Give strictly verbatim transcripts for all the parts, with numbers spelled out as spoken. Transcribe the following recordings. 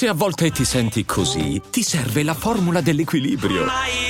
Se a volte ti senti così, ti serve la formula dell'equilibrio.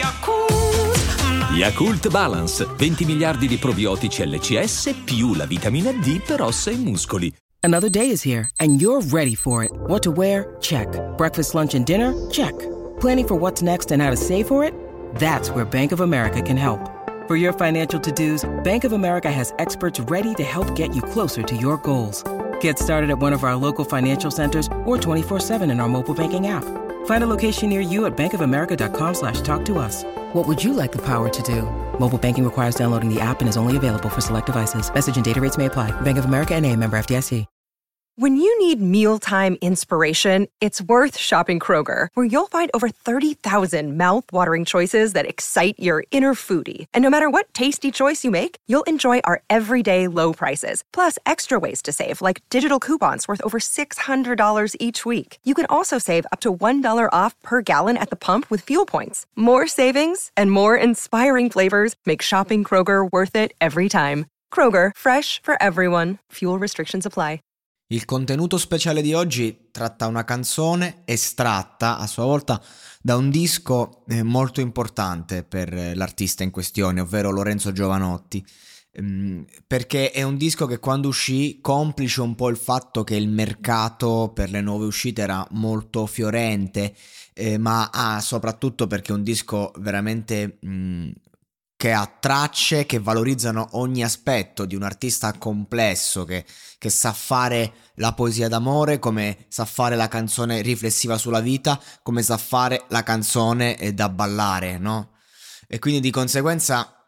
Yakult Balance, venti miliardi di probiotici L C S più la vitamina D per ossa e muscoli. Another day is here, and you're ready for it. What to wear? Check. Breakfast, lunch, and dinner? Check. Planning for what's next and how to save for it? That's where Bank of America can help. For your financial to-dos, Bank of America has experts ready to help get you closer to your goals. Get started at one of our local financial centers or twenty-four seven in our mobile banking app. Find a location near you at bankofamerica.com slash talk to us. What would you like the power to do? Mobile banking requires downloading the app and is only available for select devices. Message and data rates may apply. Bank of America N A, member F D I C. When you need mealtime inspiration, it's worth shopping Kroger, where you'll find over thirty thousand mouth-watering choices that excite your inner foodie. And no matter what tasty choice you make, you'll enjoy our everyday low prices, plus extra ways to save, like digital coupons worth over six hundred dollars each week. You can also save up to one dollar off per gallon at the pump with fuel points. More savings and more inspiring flavors make shopping Kroger worth it every time. Kroger, fresh for everyone. Fuel restrictions apply. Il contenuto speciale di oggi tratta una canzone estratta a sua volta da un disco eh, molto importante per eh, l'artista in questione, ovvero Lorenzo Giovanotti, ehm, perché è un disco che quando uscì, complice un po' il fatto che il mercato per le nuove uscite era molto fiorente, eh, ma ah, soprattutto perché è un disco veramente... Mh, che ha tracce che valorizzano ogni aspetto di un artista complesso che, che sa fare la poesia d'amore, come sa fare la canzone riflessiva sulla vita, come sa fare la canzone eh, da ballare, no? E quindi di conseguenza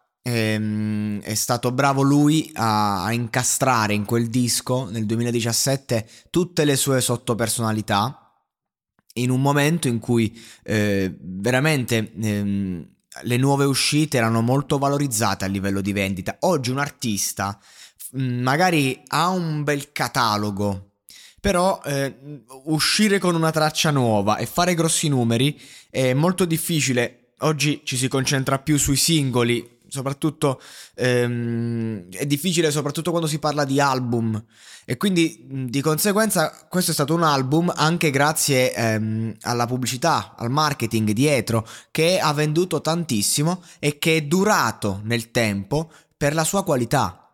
ehm, è stato bravo lui a, a incastrare in quel disco nel duemiladiciassette tutte le sue sottopersonalità in un momento in cui eh, veramente... Ehm, le nuove uscite erano molto valorizzate a livello di vendita. Oggi un artista magari ha un bel catalogo, però eh, uscire con una traccia nuova e fare grossi numeri è molto difficile. Oggi ci si concentra più sui singoli, soprattutto ehm, è difficile soprattutto quando si parla di album, e quindi di conseguenza questo è stato un album anche grazie ehm, alla pubblicità, al marketing dietro, che ha venduto tantissimo e che è durato nel tempo per la sua qualità.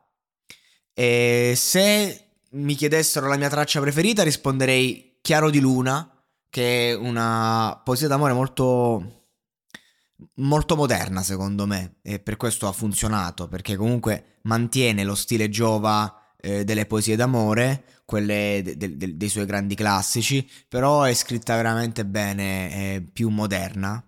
E se mi chiedessero la mia traccia preferita, risponderei Chiaro di Luna, che è una poesia d'amore molto molto moderna secondo me, e per questo ha funzionato, perché comunque mantiene lo stile Giova eh, delle poesie d'amore, quelle de- de- de- dei suoi grandi classici, però è scritta veramente bene, è più moderna.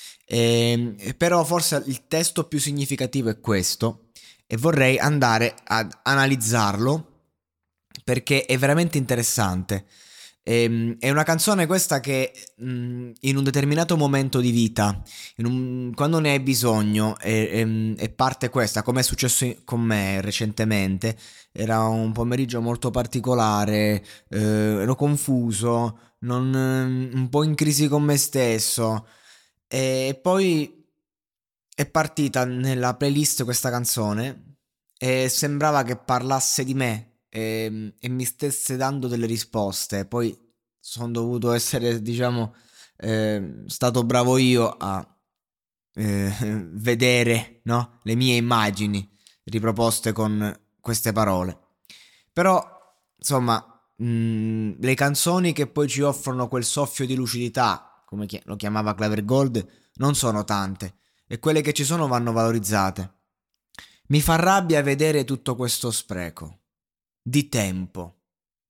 E, però forse il testo più significativo è questo, e vorrei andare ad analizzarlo perché è veramente interessante. È una canzone questa che mh, in un determinato momento di vita, in un, quando ne hai bisogno, e, e, e parte questa, come è successo con me recentemente. Era un pomeriggio molto particolare, eh, ero confuso, non, un po' in crisi con me stesso, e poi è partita nella playlist questa canzone e sembrava che parlasse di me e, e mi stesse dando delle risposte. Poi sono dovuto essere, diciamo, eh, stato bravo io a eh, vedere, no? Le mie immagini riproposte con queste parole. Però insomma mh, le canzoni che poi ci offrono quel soffio di lucidità, come chi- lo chiamava Clever Gold, non sono tante, e quelle che ci sono vanno valorizzate. Mi fa rabbia vedere tutto questo spreco di tempo,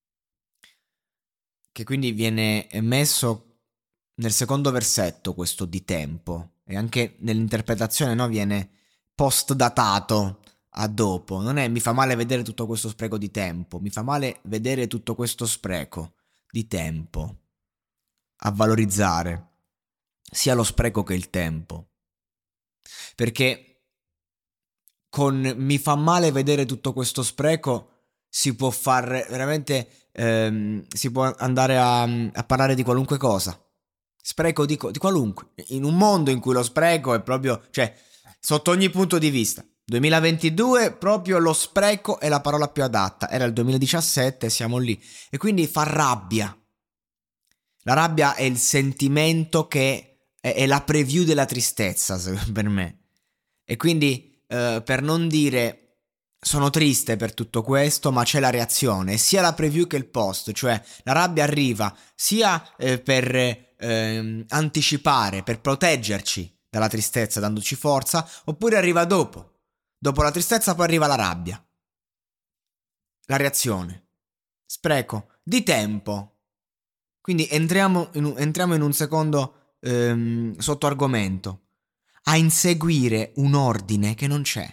che quindi viene messo nel secondo versetto, questo di tempo, e anche nell'interpretazione, no, viene post-datato a dopo. Non è mi fa male vedere tutto questo spreco di tempo, mi fa male vedere tutto questo spreco di tempo, a valorizzare sia lo spreco che il tempo, perché con mi fa male vedere tutto questo spreco si può fare veramente, ehm, si può andare a, a parlare di qualunque cosa. Spreco di, di qualunque, in un mondo in cui lo spreco è proprio, cioè, sotto ogni punto di vista. duemilaventidue, proprio lo spreco è la parola più adatta. Era il duemiladiciassette, siamo lì, e quindi fa rabbia. La rabbia è il sentimento che è, è la preview della tristezza, per me. E quindi eh, per non dire sono triste per tutto questo, ma c'è la reazione, sia la preview che il post, cioè la rabbia arriva sia eh, per eh, anticipare, per proteggerci dalla tristezza, dandoci forza, oppure arriva dopo. Dopo la tristezza poi arriva la rabbia. La reazione. Spreco di tempo. Quindi entriamo in un, entriamo in un secondo ehm, sottoargomento. A inseguire un ordine che non c'è.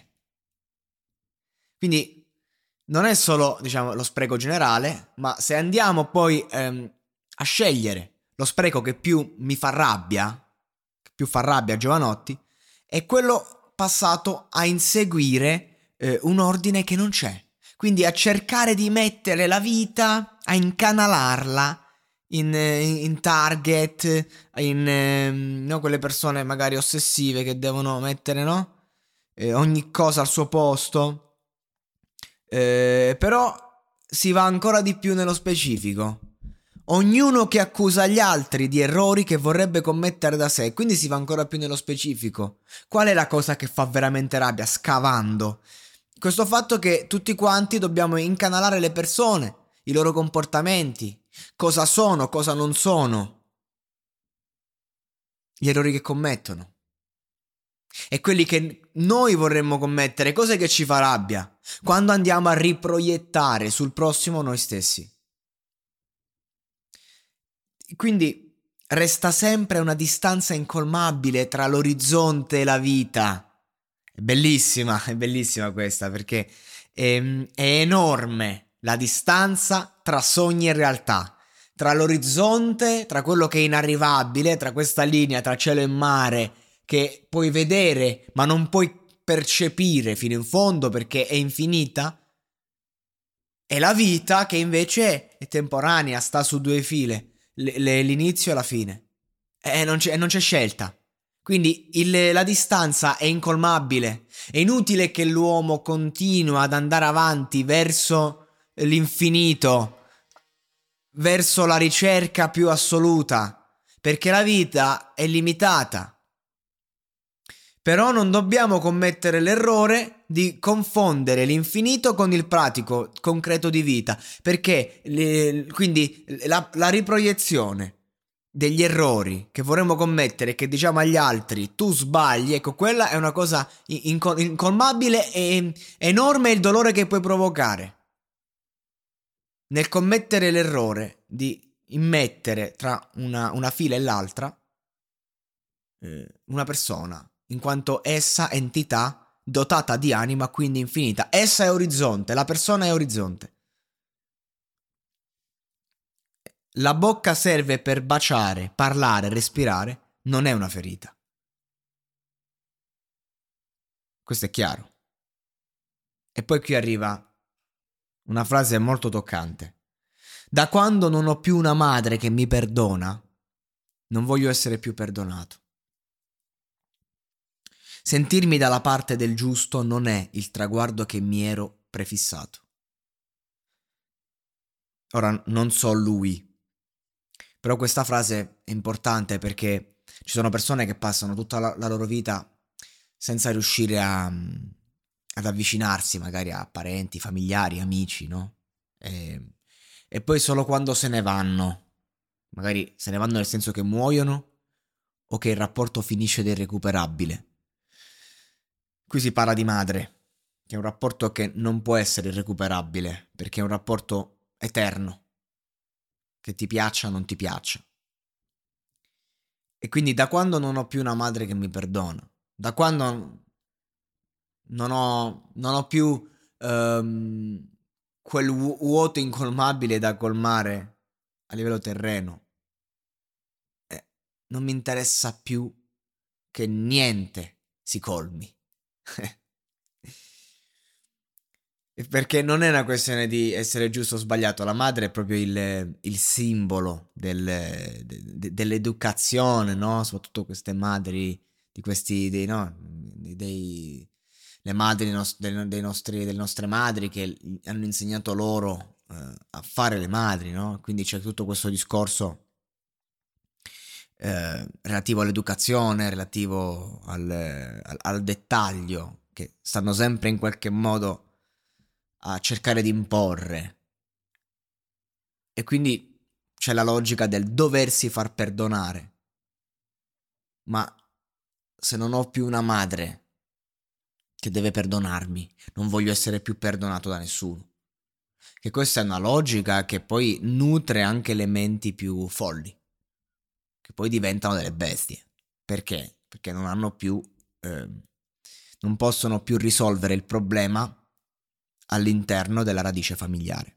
Quindi non è solo, diciamo, lo spreco generale, ma se andiamo poi ehm, a scegliere lo spreco che più mi fa rabbia, che più fa rabbia a Jovanotti, è quello passato a inseguire eh, un ordine che non c'è. Quindi a cercare di mettere la vita, a incanalarla in, in target, in eh, no, quelle persone magari ossessive che devono mettere, no? Eh, ogni cosa al suo posto. Eh, però si va ancora di più nello specifico. Ognuno che accusa gli altri di errori che vorrebbe commettere da sé, quindi si va ancora più nello specifico. Qual è la cosa che fa veramente rabbia? Scavando. Questo fatto che tutti quanti dobbiamo incanalare le persone, i loro comportamenti, cosa sono, cosa non sono, gli errori che commettono. E quelli che noi vorremmo commettere, cose che ci fa rabbia, quando andiamo a riproiettare sul prossimo noi stessi. Quindi resta sempre una distanza incolmabile tra l'orizzonte e la vita. È bellissima, è bellissima questa, perché è, è enorme la distanza tra sogni e realtà, tra l'orizzonte, tra quello che è inarrivabile, tra questa linea tra cielo e mare, che puoi vedere ma non puoi percepire fino in fondo perché è infinita, e la vita che invece è temporanea, sta su due file, l- l- l'inizio e la fine, e non c'è, non c'è scelta. Quindi il, la distanza è incolmabile, è inutile che l'uomo continua ad andare avanti verso l'infinito, verso la ricerca più assoluta, perché la vita è limitata. Però non dobbiamo commettere l'errore di confondere l'infinito con il pratico concreto di vita, perché le, quindi la, la riproiezione degli errori che vorremmo commettere, che diciamo agli altri tu sbagli, ecco, quella è una cosa incol- incolmabile e enorme il dolore che puoi provocare nel commettere l'errore di immettere tra una, una fila e l'altra eh, una persona, in quanto essa è entità dotata di anima, quindi infinita. Essa è orizzonte, la persona è orizzonte. La bocca serve per baciare, parlare, respirare, non è una ferita. Questo è chiaro. E poi qui arriva una frase molto toccante. Da quando non ho più una madre che mi perdona, non voglio essere più perdonato. Sentirmi dalla parte del giusto non è il traguardo che mi ero prefissato. Ora, non so lui, però questa frase è importante perché ci sono persone che passano tutta la, la loro vita senza riuscire a, ad avvicinarsi magari a parenti, familiari, amici, no? E, e poi solo quando se ne vanno, magari se ne vanno nel senso che muoiono o che il rapporto finisce ed è irrecuperabile. Qui si parla di madre, che è un rapporto che non può essere recuperabile, perché è un rapporto eterno, che ti piaccia o non ti piaccia. E quindi da quando non ho più una madre che mi perdona, da quando non ho, non ho più um, quel vuoto incolmabile da colmare a livello terreno, eh, non mi interessa più che niente si colmi. Perché non è una questione di essere giusto o sbagliato, la madre è proprio il, il simbolo del, de, dell'educazione, no? Soprattutto queste madri di questi dei, no? dei le madri dei, nos, dei, dei nostri, delle nostre madri che hanno insegnato loro eh, a fare le madri, no? Quindi c'è tutto questo discorso eh, relativo all'educazione, relativo al, al, al dettaglio, che stanno sempre in qualche modo a cercare di imporre. E quindi c'è la logica del doversi far perdonare. Ma se non ho più una madre che deve perdonarmi, non voglio essere più perdonato da nessuno. Che questa è una logica che poi nutre anche le menti più folli, che poi diventano delle bestie. Perché? Perché non hanno più, eh, non possono più risolvere il problema all'interno della radice familiare.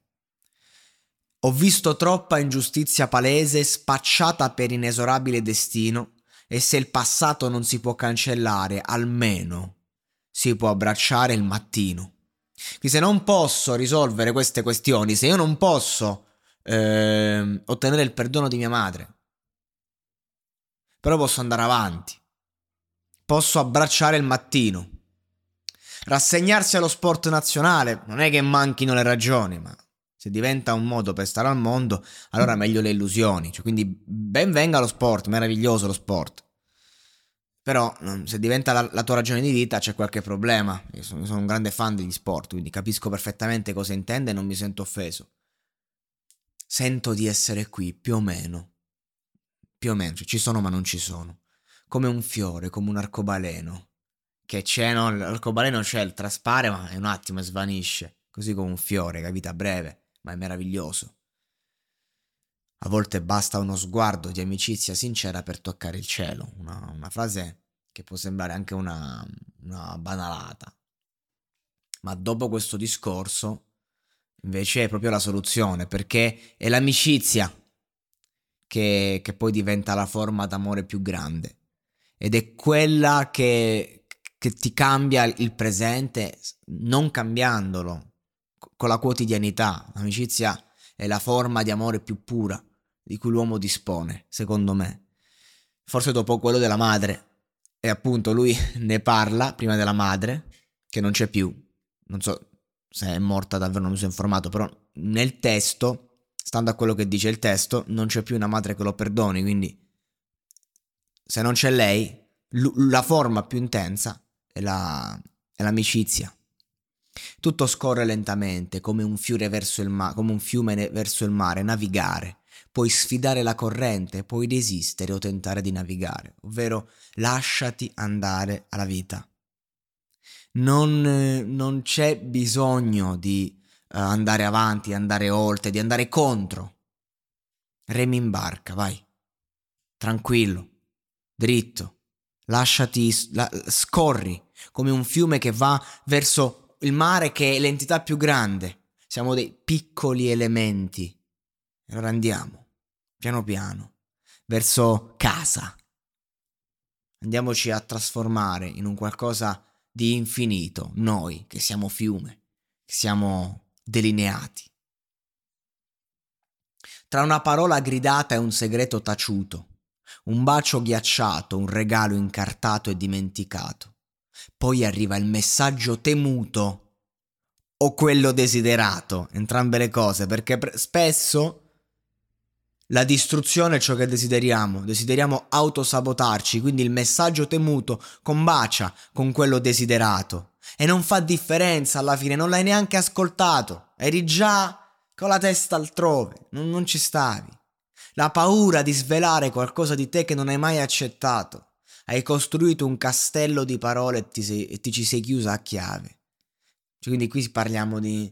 Ho visto troppa ingiustizia palese spacciata per inesorabile destino, e se il passato non si può cancellare, almeno si può abbracciare il mattino. Quindi se non posso risolvere queste questioni, se io non posso eh, ottenere il perdono di mia madre, però posso andare avanti, posso abbracciare il mattino, rassegnarsi allo sport nazionale, non è che manchino le ragioni, ma se diventa un modo per stare al mondo, allora meglio le illusioni. Cioè, quindi ben venga lo sport, meraviglioso lo sport. Però se diventa la, la tua ragione di vita c'è qualche problema. Io sono, io sono un grande fan degli sport, quindi capisco perfettamente cosa intende e non mi sento offeso. Sento di essere qui, più o meno. Più o meno, cioè, ci sono ma non ci sono. Come un fiore, come un arcobaleno. Che c'è, no? L'arcobaleno c'è, il traspare, ma è un attimo e svanisce. Così come un fiore, che ha vita breve, ma è meraviglioso. A volte basta uno sguardo di amicizia sincera per toccare il cielo. Una, una frase che può sembrare anche una, una banalata. Ma dopo questo discorso, invece, è proprio la soluzione, perché è l'amicizia che, che poi diventa la forma d'amore più grande. Ed è quella che, che ti cambia il presente, non cambiandolo con la quotidianità. L'amicizia è la forma di amore più pura di cui l'uomo dispone, secondo me. Forse dopo quello della madre. E appunto lui ne parla prima della madre, che non c'è più. Non so se è morta davvero, non mi sono informato, però nel testo, stando a quello che dice il testo, non c'è più una madre che lo perdoni, quindi se non c'è lei, l- la forma più intensa è, la, è l'amicizia. Tutto scorre lentamente, come un fiore verso il ma- come un fiume ne- verso il mare, navigare, puoi sfidare la corrente, puoi desistere o tentare di navigare, ovvero lasciati andare alla vita. Non, eh, non c'è bisogno di uh, andare avanti, andare oltre, di andare contro. Remi in barca, vai, tranquillo, dritto, lasciati, la, scorri come un fiume che va verso il mare, che è l'entità più grande. Siamo dei piccoli elementi. E allora andiamo, piano piano, verso casa. Andiamoci a trasformare in un qualcosa di infinito, noi che siamo fiume, che siamo delineati. Tra una parola gridata e un segreto taciuto, un bacio ghiacciato, un regalo incartato e dimenticato. Poi arriva il messaggio temuto o quello desiderato, entrambe le cose, perché pre- spesso la distruzione è ciò che desideriamo, desideriamo autosabotarci, quindi il messaggio temuto combacia con quello desiderato e non fa differenza alla fine, non l'hai neanche ascoltato, eri già con la testa altrove, non, non ci stavi. La paura di svelare qualcosa di te che non hai mai accettato. Hai costruito un castello di parole e ti, sei, e ti ci sei chiusa a chiave. Cioè, quindi qui parliamo di,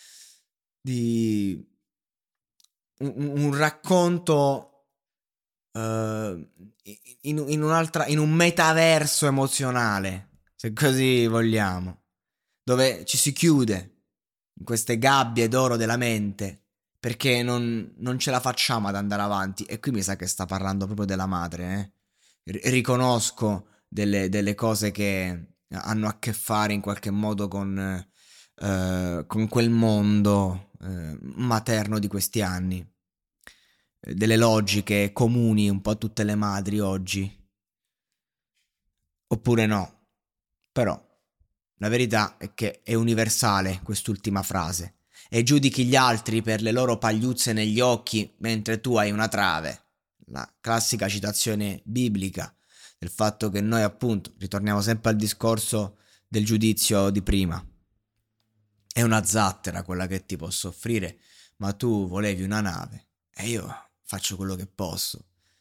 di un, un racconto uh, in, in un'altra, in un metaverso emozionale, se così vogliamo, dove ci si chiude in queste gabbie d'oro della mente perché non, non ce la facciamo ad andare avanti. E qui mi sa che sta parlando proprio della madre, eh? Riconosco delle, delle cose che hanno a che fare in qualche modo con, eh, con quel mondo eh, materno di questi anni, delle logiche comuni un po' a tutte le madri oggi, oppure no. Però la verità è che è universale quest'ultima frase, e giudichi gli altri per le loro pagliuzze negli occhi mentre tu hai una trave. la classica citazione biblica del fatto che noi, appunto, ritorniamo sempre al discorso del giudizio di prima. È una zattera quella che ti posso offrire, ma tu volevi una nave e io faccio quello che posso.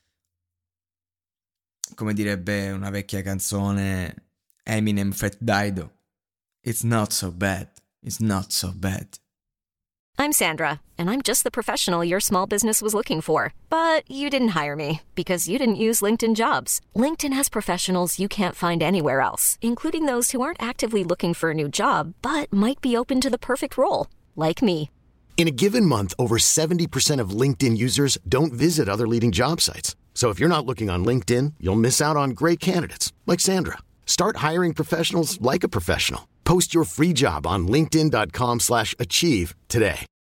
Come direbbe una vecchia canzone, Eminem Fat Dido, it's not so bad, it's not so bad. I'm Sandra, and I'm just the professional your small business was looking for. But you didn't hire me because you didn't use LinkedIn Jobs. LinkedIn has professionals you can't find anywhere else, including those who aren't actively looking for a new job, but might be open to the perfect role, like me. In a given month, over seventy percent of LinkedIn users don't visit other leading job sites. So if you're not looking on LinkedIn, you'll miss out on great candidates like Sandra. Start hiring professionals like a professional. Post your free job on linkedin dot com slash achieve today.